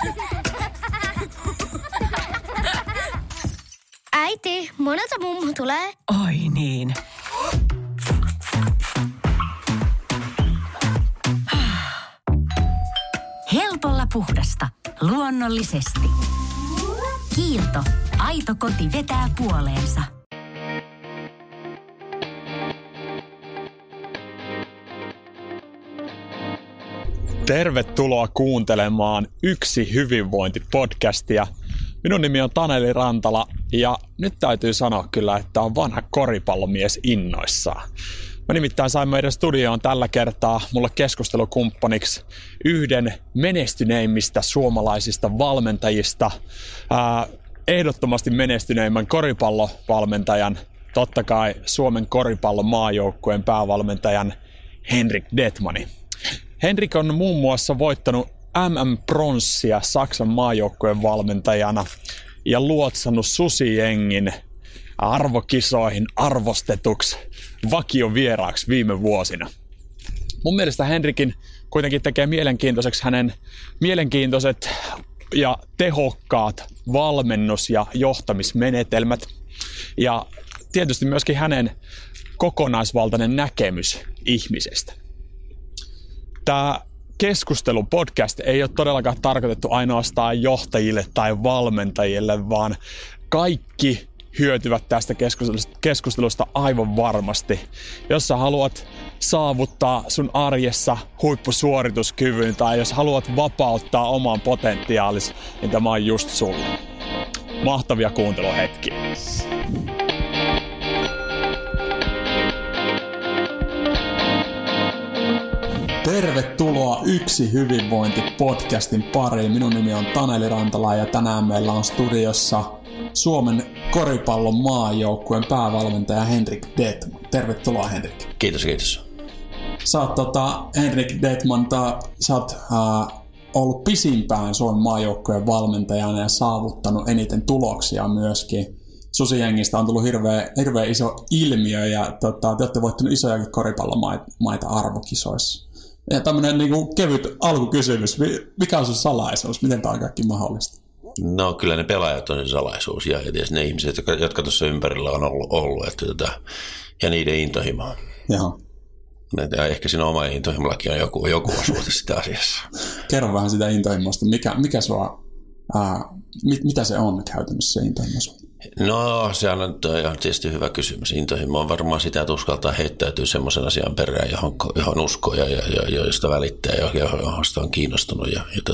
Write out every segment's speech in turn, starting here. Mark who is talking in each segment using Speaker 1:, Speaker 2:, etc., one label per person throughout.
Speaker 1: Äiti, monelta mummu tulee.
Speaker 2: Oi niin. Helpolla puhdasta. Luonnollisesti. Kiilto. Aito koti vetää puoleensa.
Speaker 3: Tervetuloa kuuntelemaan Yksi hyvinvointi-podcastia. Minun nimi on Taneli Rantala ja nyt täytyy sanoa kyllä, että on vanha koripallomies innoissaan. Mä nimittäin sain meidän studioon tällä kertaa mulle keskustelukumppaniksi yhden menestyneimmistä suomalaisista valmentajista, ehdottomasti menestyneimmän koripallovalmentajan, totta kai Suomen koripallon maajoukkueen päävalmentajan Henrik Detmanin. Henrik on muun muassa voittanut MM-pronssia Saksan maajoukkueen valmentajana ja luotsannut Susi-jengin arvokisoihin arvostetuksi vakiovieraaksi viime vuosina. Mun mielestä Henrikin kuitenkin tekee mielenkiintoiseksi hänen mielenkiintoiset ja tehokkaat valmennus- ja johtamismenetelmät ja tietysti myöskin hänen kokonaisvaltainen näkemys ihmisestä. Tämä keskustelupodcast ei ole todellakaan tarkoitettu ainoastaan johtajille tai valmentajille, vaan kaikki hyötyvät tästä keskustelusta aivan varmasti. Jos sä haluat saavuttaa sun arjessa huippusuorituskyvyn tai jos haluat vapauttaa oman potentiaalis, niin tämä on just sulle. Mahtavia kuunteluhetkiä. Tervetuloa Yksi hyvinvointi-podcastin pariin. Minun nimi on Taneli Rantala ja tänään meillä on studiossa Suomen koripallon maajoukkueen päävalmentaja Henrik Detman. Tervetuloa Henrik.
Speaker 4: Kiitos, kiitos.
Speaker 3: Sä oot Henrik Detman, sä oot ollut pisimpään Suomen maajoukkueen valmentajana ja saavuttanut eniten tuloksia myöskin. Susi-jengistä on tullut hirveän iso ilmiö ja te olette voittanut isojakin koripallomaita arvokisoissa. Ja tämmönen niinku kevyt alkukysymys. Mikä on sun salaisuus? Miten tämä on kaikki mahdollista?
Speaker 4: No kyllä ne pelaajat on se salaisuus ja tietysti ne ihmiset, jotka tuossa ympärillä on ollut ja niiden intohimo.
Speaker 3: Joo.
Speaker 4: Ja ehkä siinä oma intohimollakin on joku osuus sitä asiassa.
Speaker 3: Kerro vähän sitä intohimosta. Mikä sua, mitä se on käytännössä se intohimo?
Speaker 4: No se on tietysti hyvä kysymys. Intohimo on varmaan sitä, että uskaltaa heittäytyä semmoisen asian perään, johon uskoo ja josta välittää ja josta on kiinnostunut.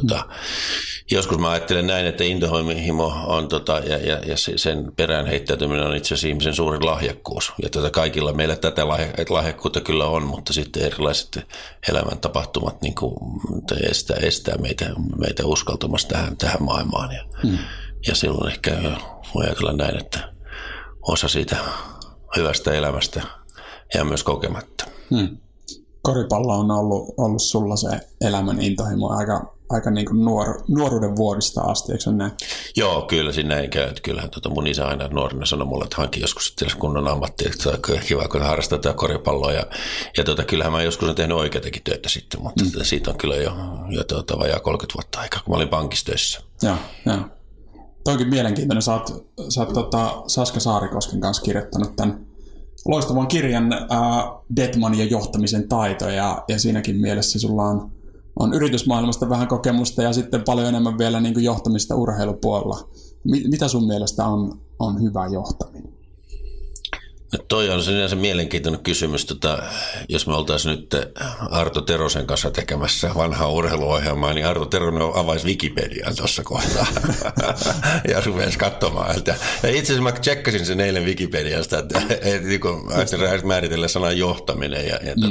Speaker 4: Joskus mä ajattelen näin, että intohimo on ja sen perään heittäytyminen on itse asiassa ihmisen suurin lahjakkuus. Ja kaikilla meillä tätä lahjakkuutta kyllä on, mutta sitten erilaiset elämäntapahtumat niin kuin, estää meitä uskaltamasta tähän maailmaan. Ja silloin ehkä voi ajatella näin, että osa siitä hyvästä elämästä jää myös kokematta.
Speaker 3: Koripallo on ollut sulla se elämän intohimo aika niin kuin nuoruuden vuodista asti, eikö se näin?
Speaker 4: Joo, kyllä siinä näin käy. Kyllähän mun isä aina nuorena sanoi mulle, että hankin joskus kunnon ammatti, että on kiva, kun harrastaa tätä koripalloa. Ja kyllähän mä joskus olen tehnyt oikeatakin työtä sitten, mutta siitä on kyllä jo vajaa 30 vuotta aikaa, kun mä olin pankistöissä.
Speaker 3: Joo. Toikin mielenkiintoinen. Sä oot Saska Saarikosken kanssa kirjoittanut tämän loistavan kirjan Detman ja johtamisen taito, ja siinäkin mielessä sulla on yritysmaailmasta vähän kokemusta ja sitten paljon enemmän vielä niin kuin johtamista urheilupuolella. Mitä sun mielestä on hyvä johtaminen?
Speaker 4: No toi on sinänsä mielenkiintoinen kysymys. Jos me oltaisiin nyt Arto Terosen kanssa tekemässä vanhaa urheiluohjelmaa, niin Arto Teronen avaisi Wikipedian tuossa kohtaa ja rupesi katsomaan. Ja itse asiassa mä tsekkasin sen eilen Wikipediasta, että määritellä sanan johtaminen.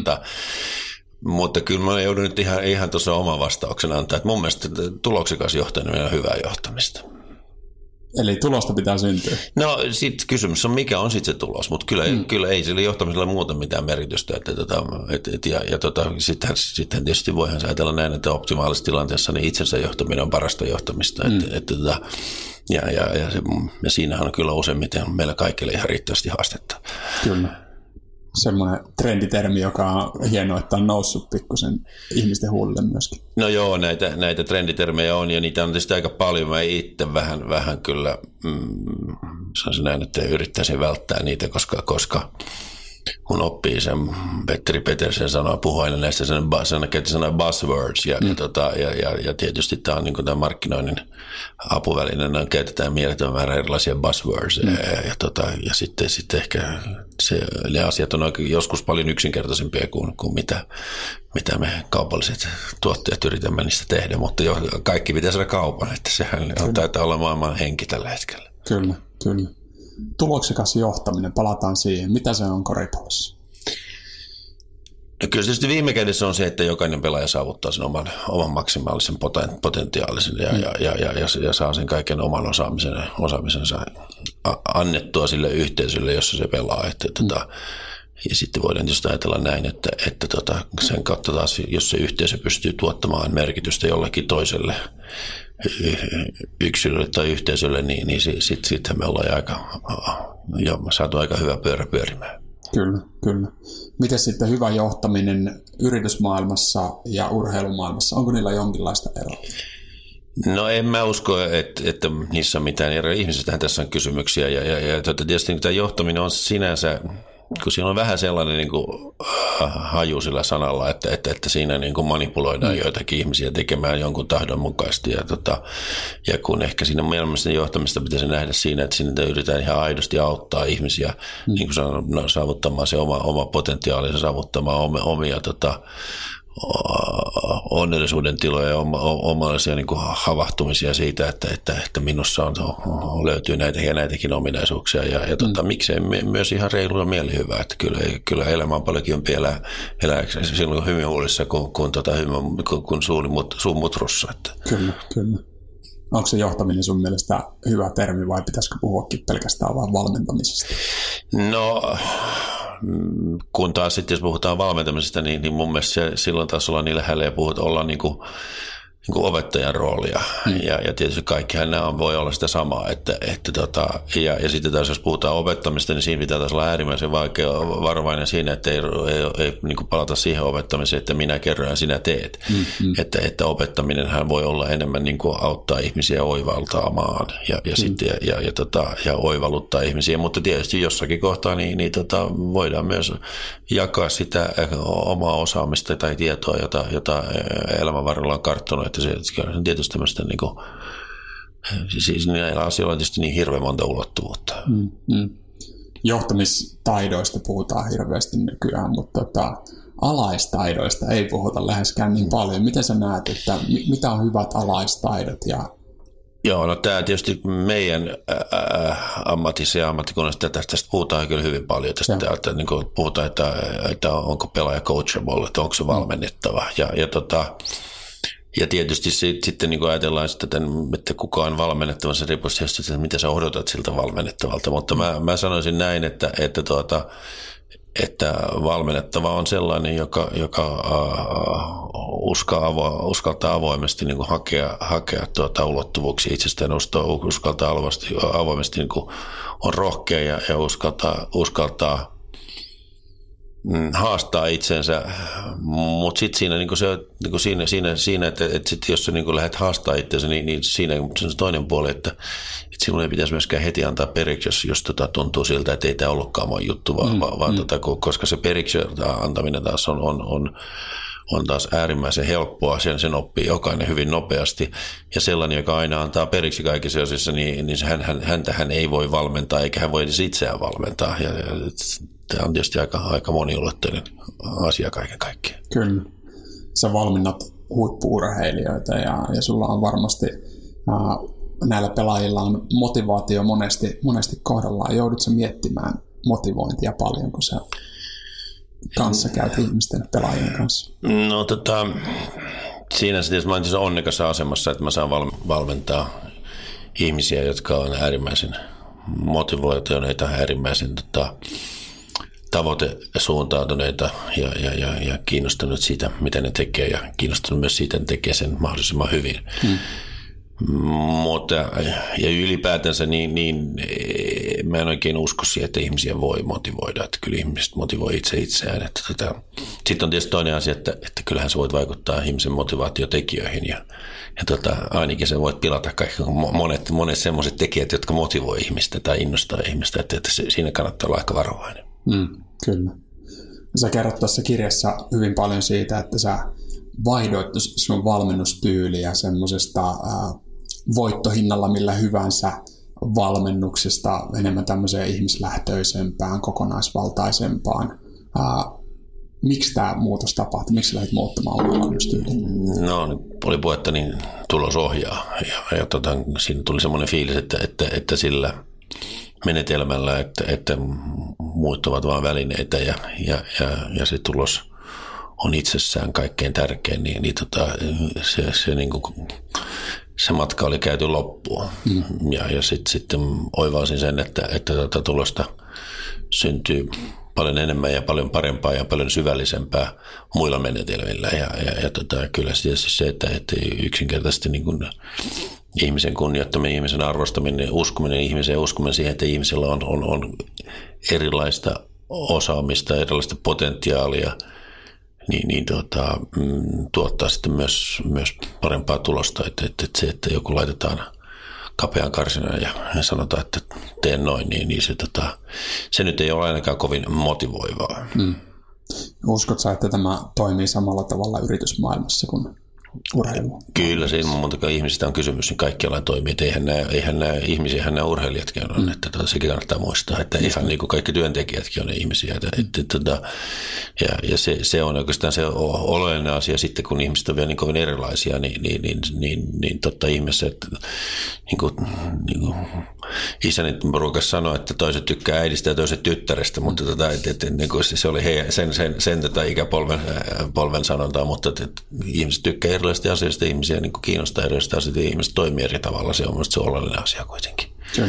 Speaker 4: Mutta kyllä mä joudun nyt ihan tuossa oman vastauksen antaa, että mun mielestä tuloksikas johtaminen on hyvää johtamista.
Speaker 3: Eli tulosta pitää syntyä.
Speaker 4: No sitten kysymys on, mikä on sitten se tulos, mutta kyllä ei sillä johtamisella muuta mitään merkitystä. Sitten tietysti voihan ajatella näin, että optimaalisessa tilanteessa niin itsensä johtaminen on parasta johtamista. Ja siinähän on kyllä useimmiten meillä kaikille ihan riittävästi haastetta.
Speaker 3: Kyllä. semmoinen trenditermi, joka on hienoa, että on noussut pikkusen ihmisten huulille myöskin.
Speaker 4: No joo, näitä trenditermejä on ja niitä on tietysti aika paljon. Mä itse vähän kyllä sanoisin näin, että yrittäisin välttää niitä, koska kun oppii sen Petteri Petersen sanoa puhua aina näistä sanoa buzzwords ja tietysti tämä on niin kuin tämä markkinoinnin apuväline, käytetään mielettömän määrä erilaisia buzzwords ja sitten ehkä ne asiat on joskus paljon yksinkertaisempia kuin mitä me kaupalliset tuottajat yritämme niistä tehdä, mutta kaikki pitää saada kaupan, että sehän taitaa olla maailman henki tällä hetkellä.
Speaker 3: Kyllä. Tuloksekas johtaminen, palataan siihen. Mitä se on koripallossa?
Speaker 4: No kyllä tietysti viime kädessä on se, että jokainen pelaaja saavuttaa sen oman maksimaalisen potentiaalisen ja saa sen kaiken oman osaamisensa annettua sille yhteisölle, jossa se pelaa. Ja sitten voidaan tietysti ajatella näin, että sen kautta taas, jos se yhteisö pystyy tuottamaan merkitystä jollekin toiselle yksilölle tai yhteisölle, niin sitten me ollaan saatu aika hyvä pyörä pyörimään.
Speaker 3: Kyllä. Miten sitten hyvä johtaminen yritysmaailmassa ja urheilumaailmassa, onko niillä jonkinlaista eroa?
Speaker 4: No en mä usko, että niissä on mitään eroa. Ihmisistähän tässä on kysymyksiä ja tietysti tämä johtaminen on sinänsä, kun siinä on vähän sellainen niin kuin haju sillä sanalla, että siinä niin kuin manipuloidaan joitakin ihmisiä tekemään jonkun tahdon mukaisesti. Ja kun ehkä siinä mielestäni johtamista pitäisi nähdä siinä, että siinä yritetään ihan aidosti auttaa ihmisiä niin kuin saavuttamaan se oma potentiaalinsa, saavuttamaan omia onnellisuuden tiloja ja omalaisia niin kuin havahtumisia siitä, että minussa löytyy näitä ja näitäkin ominaisuuksia ja miksei myös ihan reilua mielihyvää, että kyllä elämä on paljon kiempi elää silloin hymyhuulissa kuin suun mutrussa.
Speaker 3: Kyllä. Onko se johtaminen sun mielestä hyvä termi vai pitäisikö puhuakin pelkästään vaan valmentamisesta?
Speaker 4: No kun taas sitten, jos puhutaan valmentamisesta, niin mun mielestä silloin taas ollaan niin lähellä ja ollaan niin kuin opettajan roolia. Ja tietysti kaikkihan nämä voi olla sitä samaa. Ja sitten taas, jos puhutaan opettamista, niin siinä pitää taas olla äärimmäisen varovainen siinä, että ei niin kuin palata siihen opettamiseen, että minä kerron ja sinä teet. Että opettaminenhän voi olla enemmän niin kuin auttaa ihmisiä oivaltaamaan ja oivalluttaa ihmisiä, mutta tietysti jossakin kohtaa niin voidaan myös jakaa sitä omaa osaamista tai tietoa, jota elämän varrella on karttunut, että se on tietysti tämmöistä niin kuin, siis näillä asioilla on tietysti niin hirveän monta ulottuvuutta.
Speaker 3: Johtamistaidoista puhutaan hirveästi nykyään, mutta alaistaidoista ei puhuta läheskään niin paljon. Miten sä näet, että mitä on hyvät alaistaidot?
Speaker 4: Joo, no tämä tietysti meidän ammatissa ja ammattikunnassa tästä puhutaan kyllä hyvin paljon. Tästä niin kuin puhutaan, että onko pelaaja coachable, että onko se valmennettava. Ja tietysti sitten niin ajatellaan sitä, että kuka on valmennettava, se riippuu tietysti, että mitä sä odotat siltä valmennettavalta. Mutta mä sanoisin näin, että valmennettava on sellainen, joka uskaltaa avoimesti niin kuin hakea ulottuvuuksia itsestään, uskaltaa avoimesti niin kuin on rohkea ja uskaltaa haastaa itsensä, mutta sitten siinä, niin se, niin siinä että sit jos sä niin lähdet haastaa itsensä, niin siinä on se toinen puoli, että silloin ei pitäisi myöskään heti antaa periksi, jos tuntuu siltä, että ei tämä ollutkaan mun juttu, vaan koska se periksi antaminen taas on taas äärimmäisen helppoa, sen oppii jokainen hyvin nopeasti, ja sellainen, joka aina antaa periksi kaikissa osissa, niin häntähän ei voi valmentaa, eikä hän voi itseään valmentaa, ja tämä on tietysti aika moniulotteinen asia kaiken kaikkiaan.
Speaker 3: Kyllä. Sä valmennat huippu-urheilijoita ja sulla on varmasti näillä pelaajilla on motivaatio monesti kohdallaan. Joudutko miettimään motivointia paljon, kun sä kanssa käyt ihmisten pelaajien kanssa?
Speaker 4: No siinä sitten mä olen onnekassa asemassa, että mä saan valmentaa ihmisiä, jotka on äärimmäisen motivoituneita, äärimmäisen tavoitesuuntautuneita ja kiinnostunut siitä, mitä ne tekee ja kiinnostunut myös siitä, että ne tekee sen mahdollisimman hyvin. Mutta ja ylipäätänsä niin mä en oikein usko siihen, että ihmisiä voi motivoida, että kyllä ihmiset motivoi itseään. Sitten on tietysti toinen asia, että kyllähän sä voit vaikuttaa ihmisen motivaatiotekijöihin ja ainakin sä voit pilata kaikki monet semmoiset tekijät, jotka motivoi ihmistä tai innostaa ihmistä, että siinä kannattaa olla aika varovainen.
Speaker 3: Kyllä. Sä kerrot tässä kirjassa hyvin paljon siitä, että sä vaihdoit sun valmennustyyliä semmoisesta voittohinnalla millä hyvänsä valmennuksesta enemmän tämmöiseen ihmislähtöisempään, kokonaisvaltaisempaan. Miksi tämä muutos tapahtui? Miksi lähdit muuttamaan valmennustyyliä?
Speaker 4: No, oli puhetta, niin tulos ohjaa. Ja siinä tuli semmoinen fiilis, että sillä menetelmällä, että muut ovat vain välineitä ja se tulos on itsessään kaikkein tärkein, niin se matka oli käyty loppuun. Ja sitten oivalsin sen, että tulosta syntyy paljon enemmän ja paljon parempaa ja paljon syvällisempää muilla menetelmillä. Ja kyllä se, että yksinkertaisesti niin kuin ihmisen kunnioittaminen, ihmisen arvostaminen, uskominen ihmiseen, uskominen siihen, että ihmisellä on erilaista osaamista, erilaista potentiaalia, niin tuottaa sitten myös parempaa tulosta. Että se, että joku laitetaan kapean karsinaan ja sanotaan, että teen noin, niin se nyt ei ole ainakaan kovin motivoivaa.
Speaker 3: Uskotko sä, että tämä toimii samalla tavalla yritysmaailmassa kuin urheilu?
Speaker 4: Kyllä, siinä monta ihmisistä on kysymys, niin kaikkialla toimii. Eihän nämä ihmisiähän nämä urheilijatkin on, että sekin kannattaa muistaa, että ihan niin kuin kaikki työntekijätkin on ihmisiä. Ja se on oikeastaan se oleellinen asia sitten, kun ihmiset on vielä niin kovin erilaisia, niin totta ihmeessä, että niin kuin isäni ruukas sanoa, että toiset tykkää äidistä ja toiset tyttärestä, mutta niin kuin se oli sen ikäpolven sanontaa, mutta ihmiset tykkää erilaisista asioista, ihmisiä niin kuin kiinnostaa erilaisista asioista ja ihmiset toimii eri tavalla. Se on mielestäni se oleellinen asia kuitenkin.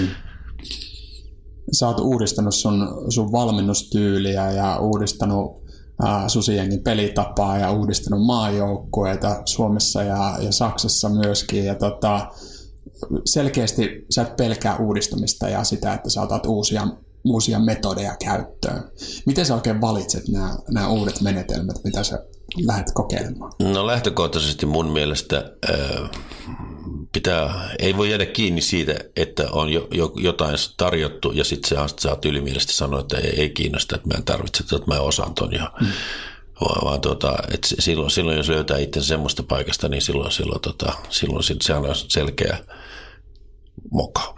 Speaker 3: Sä oot uudistanut sun valmennustyyliä ja uudistanut Susijengin pelitapaa ja uudistanut maajoukkueita Suomessa ja Saksassa myöskin. Ja selkeästi sä et pelkää uudistamista ja sitä, että sä otat uusia metodeja käyttöön. Miten sä oikein valitset nämä uudet menetelmät, mitä sä lähdet kokeilemaan? No
Speaker 4: lähtökohtaisesti mun mielestä ei voi jäädä kiinni siitä, että on jotain tarjottu ja sitten sä oot ylimielisesti sanoa, että ei kiinnosta, että mä en tarvitse, että mä osaan ton jo. Vaan että silloin jos löytää itsensä semmoista paikasta, niin silloin se on selkeä moka.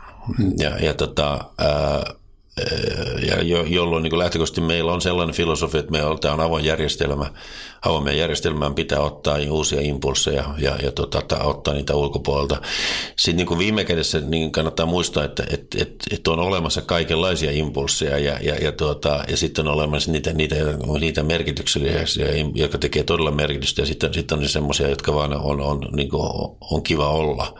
Speaker 4: Jolloin niin lähtökohtaisesti meillä on sellainen filosofia, että tämä on avoin järjestelmä. Avoimeen järjestelmään pitää ottaa uusia impulseja ja ottaa niitä ulkopuolelta. Sitten niin kuin viime kädessä niin kannattaa muistaa, että on olemassa kaikenlaisia impulseja ja sitten on olemassa niitä merkityksellisiä, jotka tekee todella merkitystä ja sitten on semmoisia, jotka vaan on kiva olla.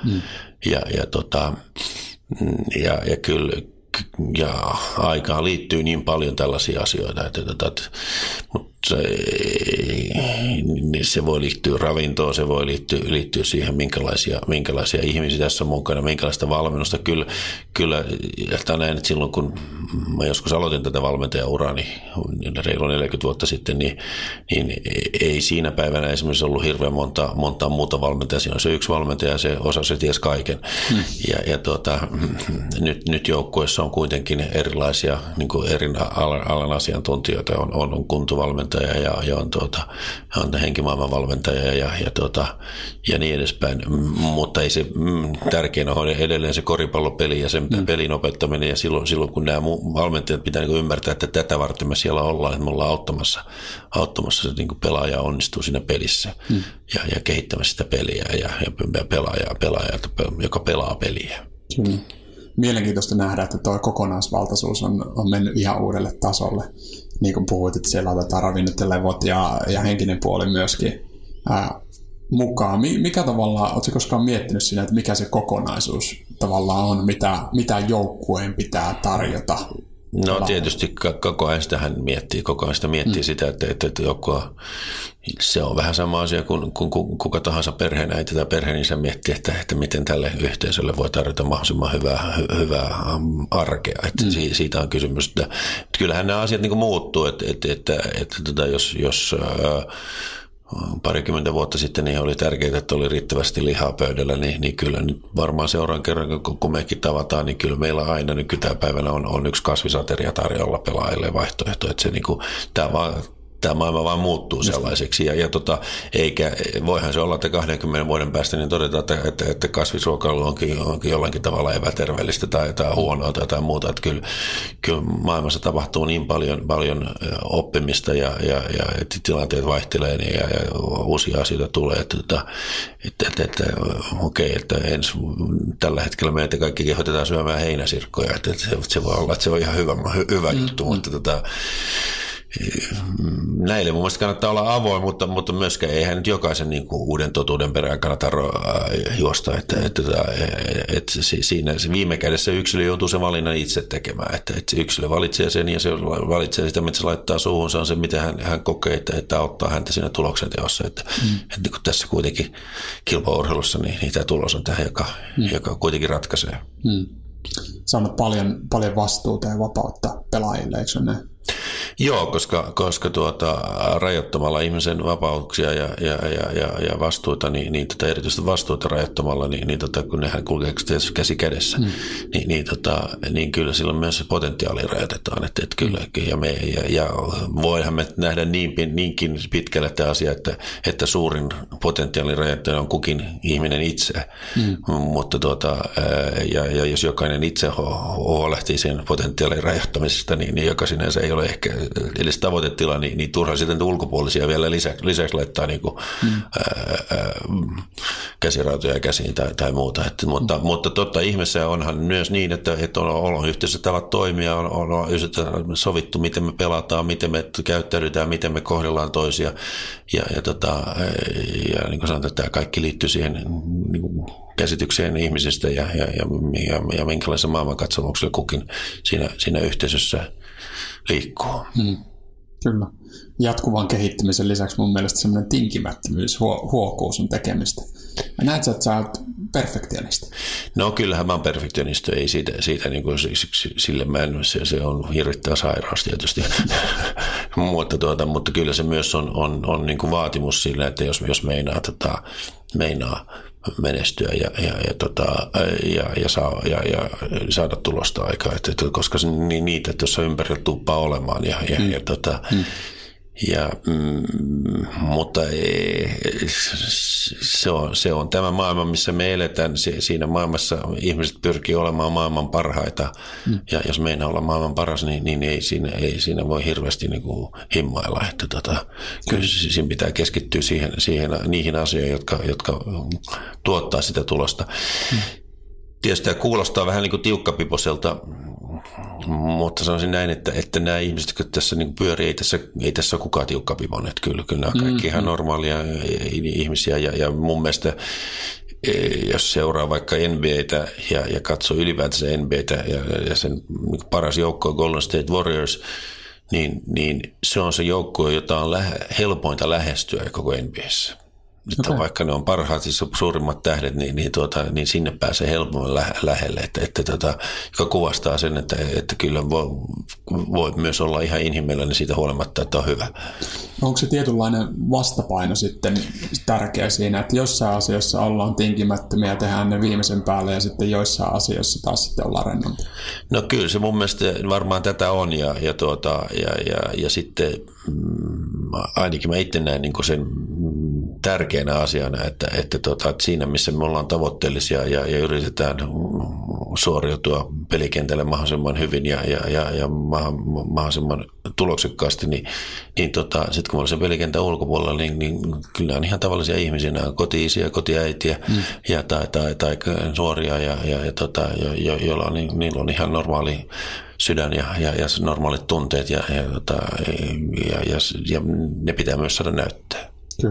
Speaker 4: Ja kyllä ja aikaan liittyy niin paljon tällaisia asioita, mutta se voi liittyä ravintoon, se voi liittyä siihen, minkälaisia ihmisiä tässä on mukana, minkälaista valmennusta. Kyllä näin, että silloin kun mä joskus aloitin tätä valmentajauraa, niin reilu 40 vuotta sitten, niin ei siinä päivänä esimerkiksi ollut hirveän monta muuta valmentajaa. Siinä on se yksi valmentaja ja se osasi ties kaiken. Nyt joukkueessa on kuitenkin erilaisia niin kuin eri alan asiantuntijoita. On kuntovalmentaja ja on henkimaailman valmentaja ja niin edespäin. Mutta ei se tärkein ole edelleen se koripallopeli ja sen pelin opettaminen. Ja silloin kun nämä valmentajat pitää niin kuin ymmärtää, että tätä varten me siellä ollaan, että me ollaan auttamassa se niin kuin pelaaja onnistuu siinä pelissä ja kehittämässä sitä peliä ja pelaaja, joka pelaa peliä.
Speaker 3: Kyllä. Mielenkiintoista nähdä, että tuo kokonaisvaltaisuus on mennyt ihan uudelle tasolle. Niin kuin puhuit, että siellä otetaan ravinnot ja levot ja henkinen puoli myöskin mukaan. Mikä tavallaan, oletko koskaan miettinyt siinä, että mikä se kokonaisuus tavallaan on, mitä joukkueen pitää tarjota
Speaker 4: No tietysti koko ajan sitä hän miettii, sitä, että joku, se on vähän sama asia kuin kuka tahansa perheenäiti tai perheenisä miettii, että miten tälle yhteisölle voi tarjota mahdollisimman hyvää arkea. Että siitä on kysymys. Että kyllähän nämä asiat niin kuin muuttuu, että jos parikymmentä vuotta sitten niin oli tärkeää, että oli riittävästi lihaa pöydällä, niin kyllä nyt varmaan seuraan kerran, kun mekin tavataan, niin kyllä meillä aina nykypäivänä on yksi kasvisateria tarjolla pelaajille vaihtoehto, että se niin kuin, tämä maailma vaan muuttuu sellaiseksi eikä voihan se olla, että 20 vuoden päästä niin todetaan, että kasvisruokailu onkin jollakin tavalla epäterveellistä tai huonoa tai jotain muuta, että kyllä maailmassa tapahtuu niin paljon oppimista ja tilanteet vaihtelee ja uusia asioita tulee, että tällä hetkellä meitä kaikki kehotetaan syömään heinäsirkkoja, että se voi olla, että se on ihan hyvä juttu, mutta näille mun mielestä kannattaa olla avoin, mutta myöskään eihän nyt jokaisen niin kuin uuden totuuden perään kannata juosta, että siinä viime kädessä yksilö joutuu sen valinnan itse tekemään, että se yksilö valitsee sen ja se valitsee sitä, mitä se laittaa suuhunsa, on se, mitä hän kokee, että auttaa häntä siinä tuloksenteossa, että kun tässä kuitenkin kilpaurheilussa, niin tämä tulos on tähän, joka kuitenkin ratkaisee.
Speaker 3: Saanut paljon vastuuta ja vapautta pelaajille, eikö se näin?
Speaker 4: Joo, koska rajoittamalla ihmisen vapauksia ja vastuuta, niin erityisesti vastuuta rajoittamalla, kun nehän kulkee käsi kädessä, niin kyllä silloin myös se potentiaali rajoitetaan. Että kyllä, ja voidaan me nähdä niinkin pitkälle tämä asia, että suurin potentiaalin rajoittaja on kukin ihminen itse. Mutta ja jos jokainen itse huolehtii sen potentiaalin rajoittamisesta, niin joka sinänsä ei ole ehkä edes tavoitetila, niin turhaan sitten ulkopuolisia vielä lisäksi laittaa niin kuin, käsirautoja käsiin tai muuta. Mutta totta ihmeessä onhan myös niin, että on yhteisötavat toimia, on sovittu, miten me pelataan, miten me käyttäydytään, miten me kohdellaan toisia. Ja niin kuin sanotaan, että tämä kaikki liittyy siihen niin kuin käsitykseen ihmisistä ja minkälaisen maailmankatsomuksella kukin siinä yhteisössä liikkuu.
Speaker 3: Kyllä. Jatkuvan kehittymisen lisäksi mun mielestä semmoinen tinkimättömyys huokuu sun tekemistä. Näetkö, että sä oot perfektionisti?
Speaker 4: No kyllähän mä oon perfektionisti, ei siitä niin kuin, sille se on hirvittävä sairaus tietysti. mutta kyllä se myös on niin kuin vaatimus sille, että jos meinaa menestyä ja saada tulosta aikaa, koska niitä tuossa ympärillä tuppaa olemaan mutta se on tämä maailma, missä me eletään. Siinä maailmassa ihmiset pyrkii olemaan maailman parhaita ja jos meinaa olla maailman paras, niin ei siinä voi hirveästi niin kuin himmailla. Kyllä siinä pitää keskittyä niihin asioihin, jotka tuottaa sitä tulosta. Tietysti tämä kuulostaa vähän niin kuin tiukkapiposelta, mutta sanoisin näin, että nämä ihmiset, jotka tässä niin pyörii, ei tässä ole kukaan tiukkapipon. Kyllä nämä on kaikki ihan normaalia ihmisiä ja mun mielestä jos seuraa vaikka NBAtä ja katsoo ylipäätänsä NBAtä ja sen paras joukko on Golden State Warriors, niin se on se joukko, jota on helpointa lähestyä koko NBA:ssä. Okay. Vaikka ne on parhaat, siis suurimmat tähdet, niin sinne pääsee helpommin lähelle, joka kuvastaa sen, että kyllä voi myös olla ihan inhimillinen siitä huolimatta, että on hyvä.
Speaker 3: Onko se tietynlainen vastapaino sitten tärkeä siinä, että jossain asioissa ollaan tinkimättömiä ja tehdään ne viimeisen päälle ja sitten joissain asioissa taas sitten ollaan rennompia?
Speaker 4: No kyllä se mun mielestä varmaan tätä on ja sitten ainakin mä itse näen niin kuin sen tärkeänä asiana, että siinä missä me ollaan tavoitteellisia ja yritetään suoriutua pelikentälle mahdollisimman hyvin ja mahdollisimman tuloksekkaasti, niin sitten kun me ollaan sen pelikentän ulkopuolella, niin kyllä on ihan tavallisia ihmisiä, nämä on koti-isiä, kotiäitiä tai nuoria, joilla niillä on ihan normaali sydän ja normaalit tunteet ja ne pitää myös saada näyttää.
Speaker 3: Kyllä.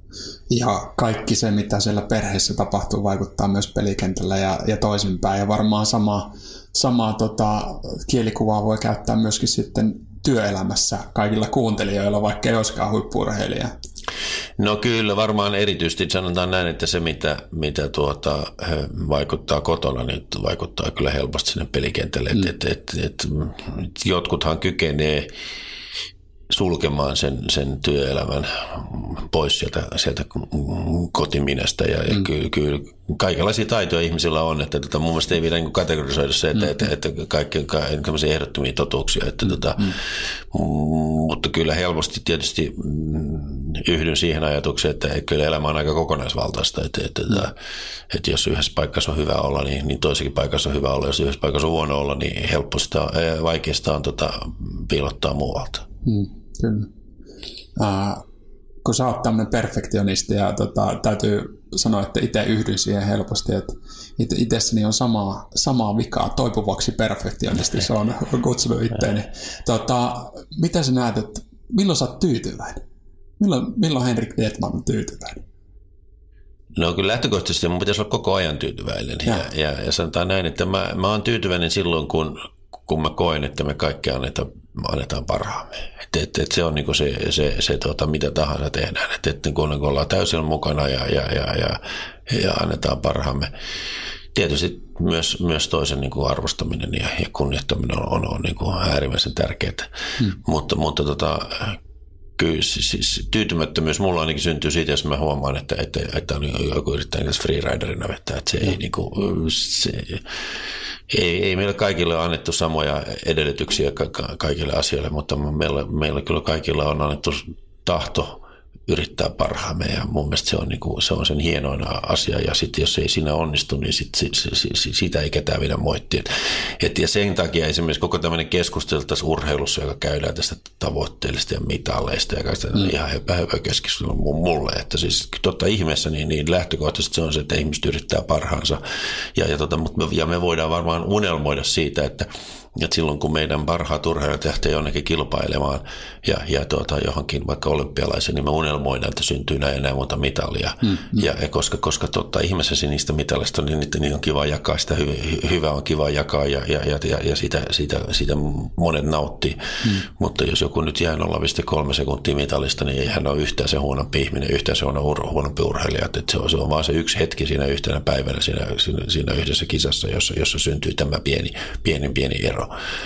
Speaker 3: Ja kaikki se, mitä siellä perheessä tapahtuu, vaikuttaa myös pelikentällä ja toisinpäin. Ja varmaan samaa kielikuvaa voi käyttää myöskin sitten työelämässä kaikilla kuuntelijoilla, vaikka ei olisikaan huippu-urheilija.
Speaker 4: No kyllä, varmaan erityisesti sanotaan näin, että se mitä vaikuttaa kotona, niin vaikuttaa kyllä helposti sinne pelikentälle. Jotkuthan kykenee sulkemaan sen työelämän pois sieltä kotiminästä ja kyllä kaikenlaisia taitoja ihmisillä on, että mun mielestä ei vielä niin kategorisoida se, että kaikki on tämmöisiä ehdottomia totuuksia, mutta kyllä helposti tietysti yhdyn siihen ajatukseen, että kyllä elämä on aika kokonaisvaltaista, että jos yhdessä paikassa on hyvä olla, niin toisessakin paikassa on hyvä olla, jos yhdessä paikassa on huono olla, niin vaikeasta on piilottaa muualta.
Speaker 3: Kyllä. Kun sä oot tämmöinen perfektionisti ja täytyy sanoa, että itse yhdyn siihen helposti, että itsessäni on samaa vikaa toipuvaksi perfektionisti, se on kutsunut itteeni. Mitä sä näet, että milloin sä oot tyytyväinen? Milloin Henrik Detman on tyytyväinen?
Speaker 4: No kyllä lähtökohtaisesti mun pitäisi olla koko ajan tyytyväinen ja sanotaan näin, että mä oon tyytyväinen silloin, kun mä koen, että me kaikki annetaan parhaamme. Että se on niinku se mitä tahansa tehdään. Että kun ollaan täysin mukana ja annetaan parhaamme. Tietysti myös toisen niinku arvostaminen ja kunnioittaminen on niinku äärimmäisen tärkeää. Mutta kyllä siis tyytymättömyys mulla ainakin syntyy siitä, jos mä huomaan, että on joku yrittää freeriderina vettää. Että se ei niinku... Ei meillä kaikille ole annettu samoja edellytyksiä kaikille asioille, mutta meillä kyllä kaikilla on annettu tahto yrittää parhaamme ja mun mielestä se on sen hienoin asia ja sitten jos ei siinä onnistu, niin siitä ei ketään vielä moittia. Ja sen takia esimerkiksi koko tämmöinen keskustelu tässä urheilussa, joka käydään tästä tavoitteellista ja mitalleista ja kaikista ihan höpökeskustelu mulle, että siis totta ihmeessä niin lähtökohtaisesti se on se, että ihmiset yrittää parhaansa ja me voidaan varmaan unelmoida siitä, että silloin kun meidän parhaat urheilijat lähtee jonnekin kilpailemaan ja johonkin vaikka olympialaisiin, niin me unelmoidaan, että syntyy näin ja näin monta mitalia. Ja koska ihmeessä niistä mitalista, niin niitä on kiva jakaa, sitä hyvää on kiva jakaa ja siitä monet nauttii. Mutta jos joku nyt jää 0,3 sekuntia mitalista, niin ei hän ole yhtään se huonompi ihminen, yhtään se huonompi urheilija. Että se on vaan se yksi hetki siinä yhtenä päivänä siinä yhdessä kisassa, jossa syntyy tämä pieni ero.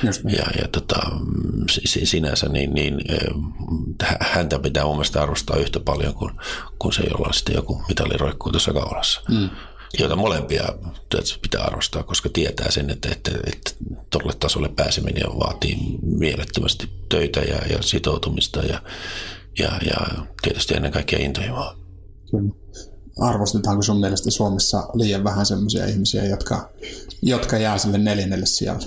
Speaker 4: Sinänsä niin häntä pitää mun mielestä arvostaa yhtä paljon kuin se, jolla sitten joku mitali roikkuu tuossa kaulassa. Joita molempia pitää arvostaa, koska tietää sen, että tuolle tasolle pääseminen vaatii mielettömästi töitä ja sitoutumista ja tietysti ennen kaikkea intohimoa.
Speaker 3: Arvostetaanko sun mielestä Suomessa liian vähän sellaisia ihmisiä, jotka jää sille 4. sijalle?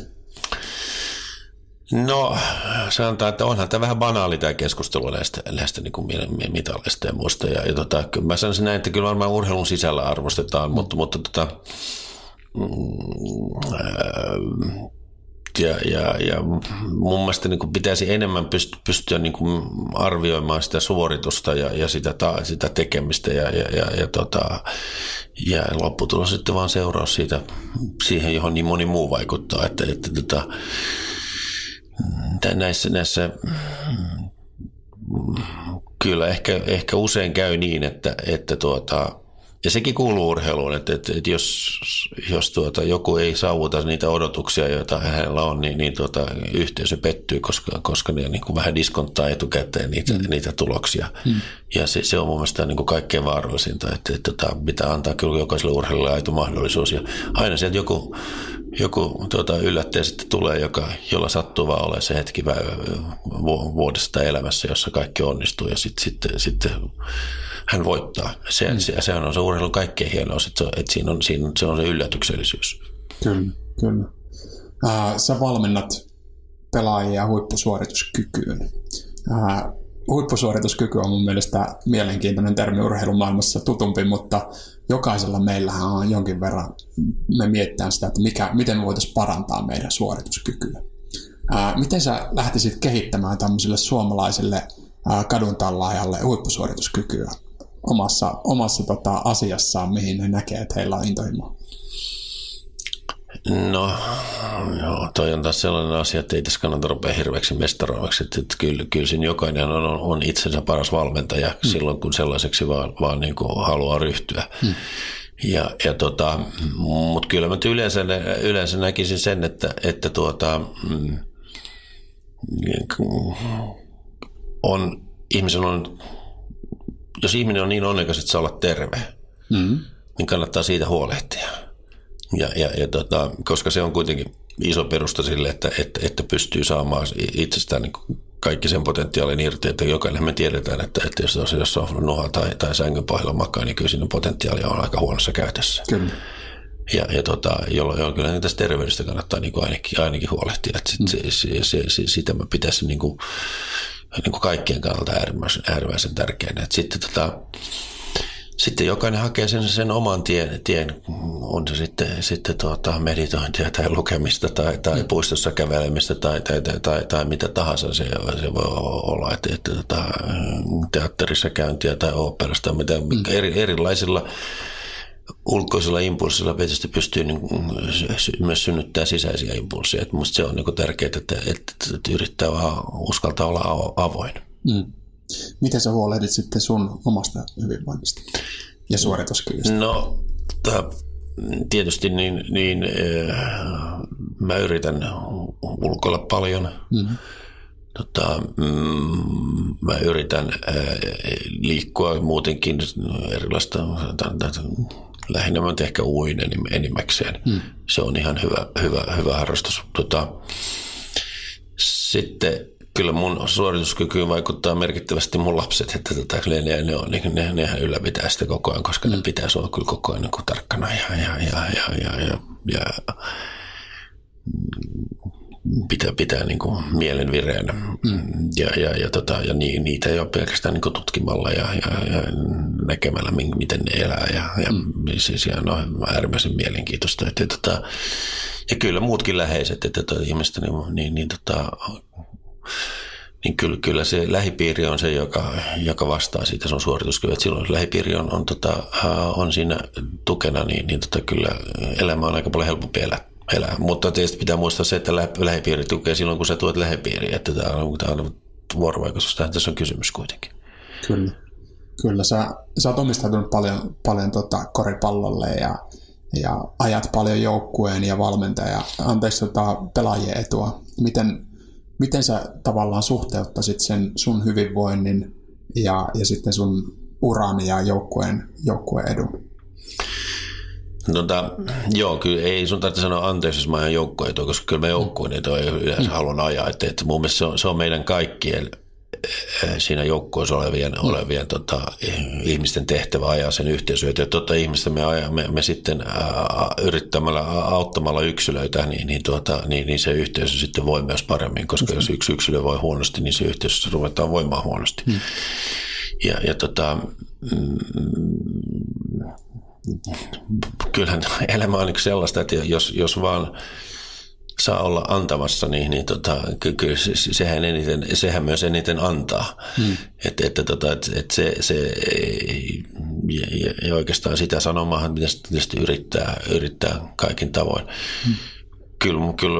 Speaker 4: No, sanotaan, että onhan tämä vähän banaali tämä keskustelu näistä niin kuin mitaleista ja muista. Mä sanoisin näin, että kyllä varmaan urheilun sisällä arvostetaan, mutta mun mielestä niin kuin pitäisi enemmän pystyä niin kuin arvioimaan sitä suoritusta ja sitä tekemistä ja lopputulos sitten vaan seuraus siihen, johon niin moni muu vaikuttaa, että näissä kyllä ehkä usein käy niin, että ja sekin kuuluu urheiluun, että jos joku ei saavuta niitä odotuksia, joita hänellä on, niin yhteisö pettyy, koska ne niin kuin vähän diskonttaa etukäteen niitä tuloksia. Ja se on mun mielestä niin kuin kaikkein vaarallisinta, että pitää antaa kyllä jokaiselle urheilijalle aito mahdollisuus. Ja aina sieltä joku yllättäjä sitten tulee, jolla sattuu vaan olemaan se hetki vuodesta elämässä, jossa kaikki onnistuu ja sitten hän voittaa. Sehän on se urheilun kaikkein hienous, että se on se yllätyksellisyys.
Speaker 3: Kyllä. Sä valmennat pelaajia huippusuorituskykyyn. Huippusuorituskyky on mun mielestä mielenkiintoinen termi urheilumaailmassa tutumpi, mutta jokaisella meillähän on jonkin verran, me mietitään sitä, että miten me voitaisiin parantaa meidän suorituskykyä. Miten sä lähtisit kehittämään tämmöiselle suomalaiselle kaduntallaajalle huippusuorituskykyä? omassa asiassaan, mihin he näkee, että heillä on intohimoa?
Speaker 4: No, joo, toi on taas sellainen asia, että ei tässä kannata rupea hirveäksi mestaroivaksi, että kyllä siinä jokainen on itsensä paras valmentaja silloin, kun sellaiseksi vaan niin kuin haluaa ryhtyä. Mutta kyllä mä yleensä näkisin sen, että jos ihminen on niin onnekas, että saa olla terve, niin kannattaa siitä huolehtia. Koska se on kuitenkin iso perusta sille, että pystyy saamaan itsestään niin kaikki sen potentiaalin irti, että jokainen me tiedetään, että jos on nuha tai sängyn pohjalla makaa, niin kyllä siinä potentiaali on aika huonossa käytössä. Kyllä. Jolloin kyllä tästä terveydestä kannattaa niin kuin ainakin huolehtia, että sitä mä pitäisin niin kuin kaikkien kannalta äärimmäisen tärkeänä. Että sitten jokainen hakee sen oman tien, on se sitten meditointia tai lukemista tai puistossa kävelemistä tai mitä tahansa se voi olla, että teatterissa käyntiä tai oopperasta, mitä erilaisilla ulkoisilla impulssilla tietysti pystyy myös synnyttämään sisäisiä impulsseja. Minusta se on tärkeää, että yrittää uskaltaa olla avoin.
Speaker 3: Miten sä huolehdit sitten sun omasta hyvinvoinnista ja suorituskyvystä? No,
Speaker 4: tietysti mä yritän ulkoilla paljon. Mä yritän liikkua muutenkin erilaista, lähinnä mä ehkä uinen enimmäkseen. Se on ihan hyvä harrastus. Sitten kyllä mun suorituskykyyn vaikuttaa merkittävästi mun lapset, että nehän ylläpitää sitä koko ajan, koska ne pitäisi olla kyllä koko ajan niin kuin tarkkana ja pitää niin kuin mielen vireänä ja niitä ei ole pelkästään niin kuin tutkimalla ja näkemällä, miten ne elää ja siis on äärimmäisen mielenkiintoista. Ja kyllä muutkin läheiset, että ihmistä niin kyllä se lähipiiri on se, joka vastaa siitä sun suorituskyvystä. Silloin lähipiiri on siinä tukena, niin kyllä elämä on aika paljon helpompi elää. Mutta tietysti pitää muistaa se, että lähipiiri tukee silloin, kun sä tuet lähipiiriin. Että tämä on vuorovaikutus. Tässä on kysymys kuitenkin.
Speaker 3: Kyllä. Sä oot omistautunut paljon koripallolle ja ajat paljon joukkueen ja pelaajien etua. Miten sä tavallaan suhteuttaisit sen sun hyvinvoinnin ja sitten sun uran ja joukkueen edun?
Speaker 4: Joo, kyllä ei sun tarvitse sanoa anteeksi, jos mä ajan joukkueen etua, koska kyllä mä joukkueen etua yleensä haluan ajaa. Että mun mielestä se on meidän kaikkien siinä joukkueessa olevien ihmisten tehtävä ajaa sen yhteisöitä. Ja ihmistä me sitten yrittämällä auttamalla yksilöitä, niin se yhteisö sitten voi myös paremmin, koska jos yksi yksilö voi huonosti, niin se yhteisö ruvetaan voimaan huonosti. Kyllähän elämä on sellaista, että jos vaan saa olla antamassa, niin kyllä sehän myös eniten antaa. Ja oikeastaan sitä sanomaa pitäisi tietysti yrittää kaikin tavoin. Kyllä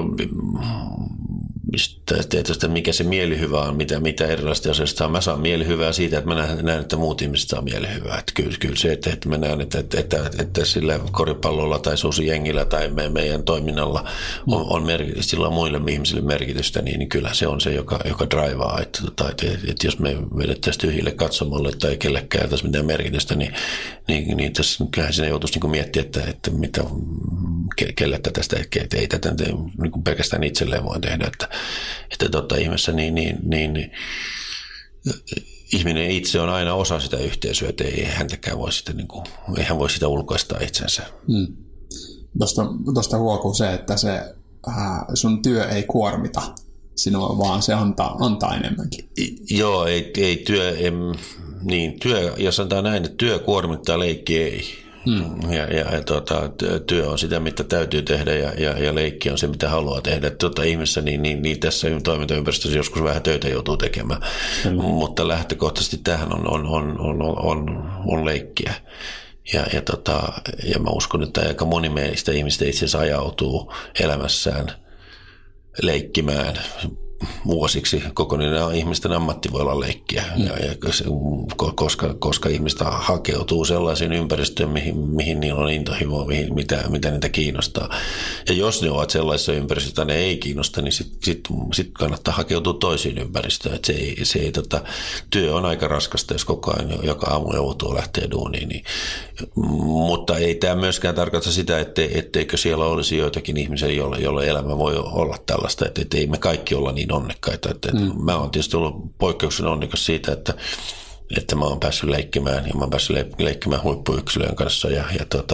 Speaker 4: tietysti mikä se mielihyvä on, mitä erilaista asioista saa. Mä saan mielihyvää siitä, että mä näen, että muut ihmiset saa mielihyvää. Että kyllä se, että mä näen, että sillä koripallolla tai susijengillä tai meidän toiminnalla on sillä muille ihmisille merkitystä, niin kyllä se on se, joka draivaa. Että jos me vedettäisiin tyhjille katsomalle tai kellekään ei olisi mitään merkitystä, niin tässä kyllähän siinä joutuisi niin miettiä, että mitä kelle tästä ei tätä niin pelkästään itselleen voi tehdä, että ihmeessä niin ihminen itse on aina osa sitä yhteisöä, että ei häntäkään voi sitä, eihän voi sitä ulkoistaa itsensä.
Speaker 3: Tuosta huokuu se, että se sun työ ei kuormita sinua, vaan se antaa enemmänkin.
Speaker 4: Joo, ei työ, jos sanotaan näin, että työ kuormittaa, leikki ei. Työ on sitä, mitä täytyy tehdä ja leikki on se, mitä haluaa tehdä. Ihmisessä niin tässä toimintaympäristössä joskus vähän töitä joutuu tekemään, mutta lähtökohtaisesti tämähän on leikkiä. Ja mä uskon, että aika moni meistä ihmistä itse asiassa ajautuu elämässään leikkimään vuosiksi. Kokonainen ihmisten ammatti voi olla leikkiä, koska ihmistä hakeutuu sellaisiin ympäristöön, mihin niillä on intohimoa, mitä niitä kiinnostaa. Ja jos ne ovat sellaisessa ympäristössä, ne ei kiinnosta, niin sit kannattaa hakeutua toisiin ympäristöön. Työ on aika raskasta, jos koko ajan joka aamu joutuu lähteä duuniin. Niin. Mutta ei tämä myöskään tarkoita sitä, etteikö siellä olisi joitakin ihmisiä, joille elämä voi olla tällaista, että ei me kaikki olla niin onnekkaita. Mä oon tietysti ollut poikkeuksena onnekas siitä, että mä oon päässyt leikkimään ja mä oon päässyt leikkimään huippuyksilöjen kanssa ja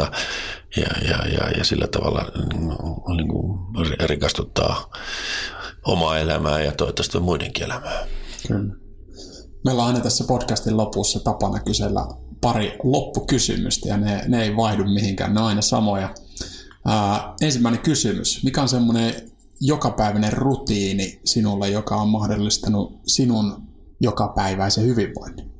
Speaker 4: sillä tavalla niin kuin rikastuttaa omaa elämää ja toivottavasti muidenkin elämää.
Speaker 3: Kyllä. Meillä on aina tässä podcastin lopussa tapana kysellä pari loppukysymystä ja ne ei vaihdu mihinkään, ne on aina samoja. Ensimmäinen kysymys. Mikä on semmoinen jokapäiväinen rutiini sinulle, joka on mahdollistanut sinun jokapäiväisen hyvinvoinnin?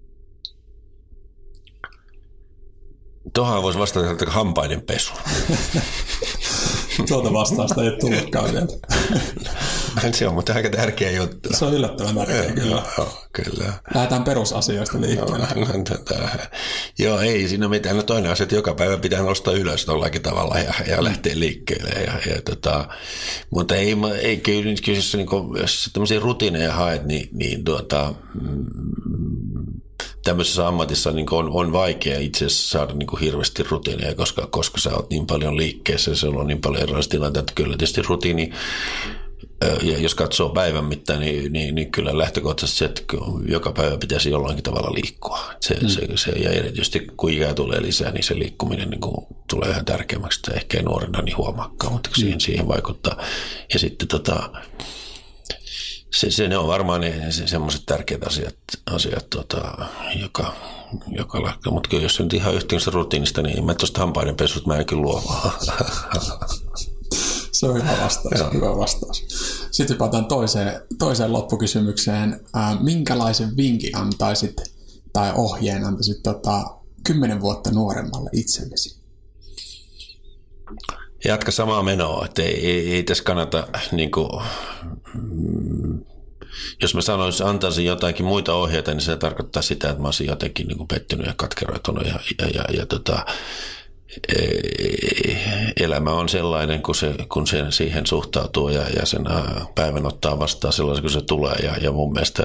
Speaker 4: Tuohon voisi vastata, että hampaiden pesu.
Speaker 3: Tuolta vastausta ei tullutkaan vielä.
Speaker 4: Se on mutta aika tärkeä juttu.
Speaker 3: Se on yllättävän tärkeä, kyllä.
Speaker 4: Kyllä.
Speaker 3: Lähdetään perusasioista liikkeelle.
Speaker 4: Joo, ei siinä mitään. No toinen asia, että joka päivä pitää nostaa ylös jollakin tavalla ja lähteä liikkeelle. Mutta ei kyllä jos tämmöisiä rutiineja haet, niin tämmöisessä ammatissa niin on vaikea itse asiassa saada niin hirveästi rutiineja, koska sä oot niin paljon liikkeessä ja sulla on niin paljon erilaisia tilanteita. Kyllä tietysti rutiini, ja jos katsoo päivän mittaan, niin kyllä lähtökohtaisesti se, että joka päivä pitäisi jollain tavalla liikkua. Ja erityisesti kun ikää tulee lisää, niin se liikkuminen niin tulee ihan tärkeämmäksi. Ehkä ei nuorena niin huomaakaan, mutta siihen vaikuttaa. Ja sitten ne on varmaan semmoiset tärkeät asiat joka lähtee. Mutta jos se nyt ihan yhtenäistä rutiinista, niin mä tuosta hampaiden pesut mä en kyllä luomaan.
Speaker 3: Se on hyvä vastaus. Sitten hypätään toiseen loppukysymykseen. Minkälaisen vinkin antaisit tai ohjeen antaisit 10 vuotta nuoremmalle itsellesi?
Speaker 4: Jatka samaa menoa, että ei tässä kannata, niin kuin, jos mä antaisin jotakin muita ohjeita, niin se tarkoittaa sitä, että mä olisin jotenkin niin kuin pettynyt ja katkeroitunut elämä on sellainen, kun se siihen suhtautuu ja sen päivän ottaa vastaan sellaisen, kun se tulee. Ja mun mielestä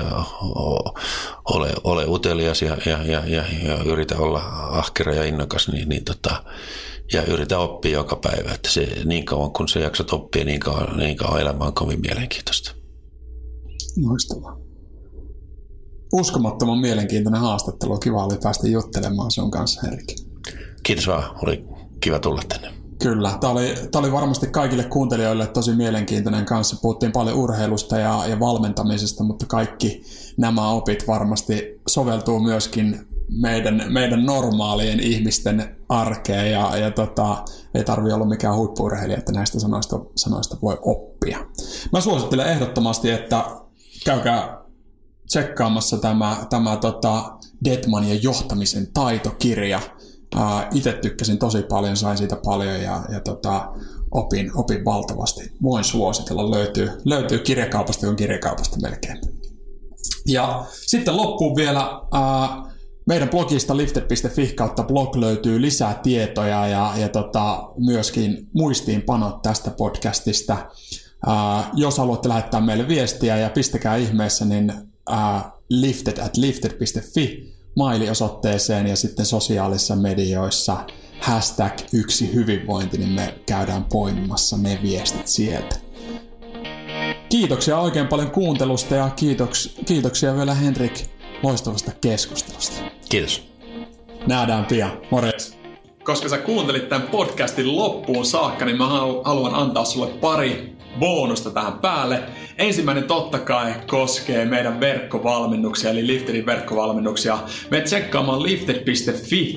Speaker 4: ole utelias ja yritä olla ahkera ja innokas, ja yritä oppia joka päivä. Että se, niin kauan kun sä jaksat oppia, niin kauan elämä on kovin mielenkiintoista.
Speaker 3: Loistavaa. Uskomattoman mielenkiintoinen haastattelu. Kiva oli päästä juttelemaan sun kanssa, Henrik.
Speaker 4: Kiitos vaan. Oli kiva tulla tänne.
Speaker 3: Kyllä. Tämä oli varmasti kaikille kuuntelijoille tosi mielenkiintoinen kanssa. Puhuttiin paljon urheilusta ja valmentamisesta, mutta kaikki nämä opit varmasti soveltuu myöskin meidän normaalien ihmisten arkeen ja ei tarvitse olla mikään huippu-urheilija, että näistä sanoista voi oppia. Mä suosittelen ehdottomasti, että käykää tsekkaamassa tämä Detman ja johtamisen taitokirja. Itse tykkäsin tosi paljon, sain siitä paljon ja opin valtavasti. Voin suositella, löytyy kirjakaupasta kuin kirjakaupasta melkein. Ja sitten loppuun vielä meidän blogista lifted.fi/blog löytyy lisää tietoja ja myöskin muistiinpanot tästä podcastista. Jos haluatte lähettää meille viestiä ja pistäkää ihmeessä, niin lifted@lifted.fi mailiosoitteeseen ja sitten sosiaalisissa medioissa #1hyvinvointi, niin me käydään poimimassa ne viestit sieltä. Kiitoksia oikein paljon kuuntelusta ja kiitoksia vielä Henrik loistavasta keskustelusta.
Speaker 4: Kiitos.
Speaker 3: Nähdään pian. Morjens. Koska sä kuuntelit tämän podcastin loppuun saakka, niin mä haluan antaa sulle pari bonusta tähän päälle. Ensimmäinen totta kai koskee meidän verkkovalmennuksia, eli Liftedin verkkovalmennuksia. Mene tsekkaamaan lifted.fi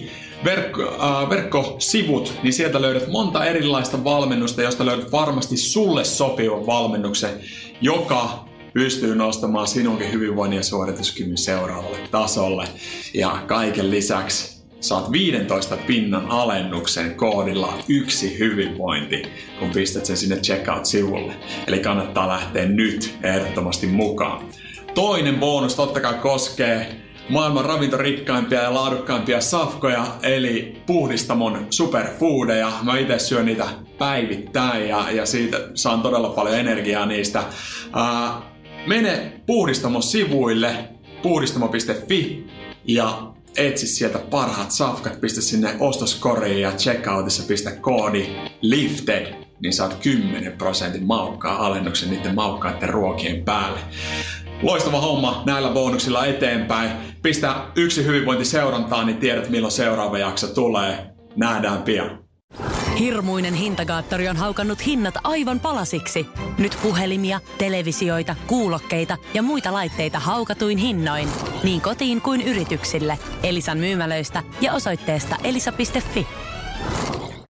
Speaker 3: verkkosivut, niin sieltä löydät monta erilaista valmennusta, josta löydät varmasti sulle sopivan valmennuksen, joka pystyy nostamaan sinunkin hyvinvoinnin ja suorituskyvyn seuraavalle tasolle. Ja kaiken lisäksi saat 15% alennuksen koodilla 1 hyvinvointi, kun pistät sen sinne checkout-sivulle. Eli kannattaa lähteä nyt ehdottomasti mukaan. Toinen bonus totta kai koskee maailman ravintorikkaimpia ja laadukkaimpia safkoja, eli Puhdistamon superfoodeja. Mä itse syön niitä päivittäin ja siitä saan todella paljon energiaa niistä. Mene Puhdistamon sivuille, puhdistamo.fi, ja etsi sieltä parhaat safkat, pistä sinne ostoskoriin ja checkoutissa pistä koodi LIFTED, niin saat 10% maukkaa alennuksen niiden maukkaiden ruokien päälle. Loistava homma näillä bonuksilla eteenpäin. Pistä 1 hyvinvointi seurantaan, niin tiedät milloin seuraava jakso tulee. Nähdään pian.
Speaker 2: Hirmuinen hintakaattori on haukannut hinnat aivan palasiksi. Nyt puhelimia, televisioita, kuulokkeita ja muita laitteita haukatuin hinnoin. Niin kotiin kuin yrityksille. Elisan myymälöistä ja osoitteesta elisa.fi.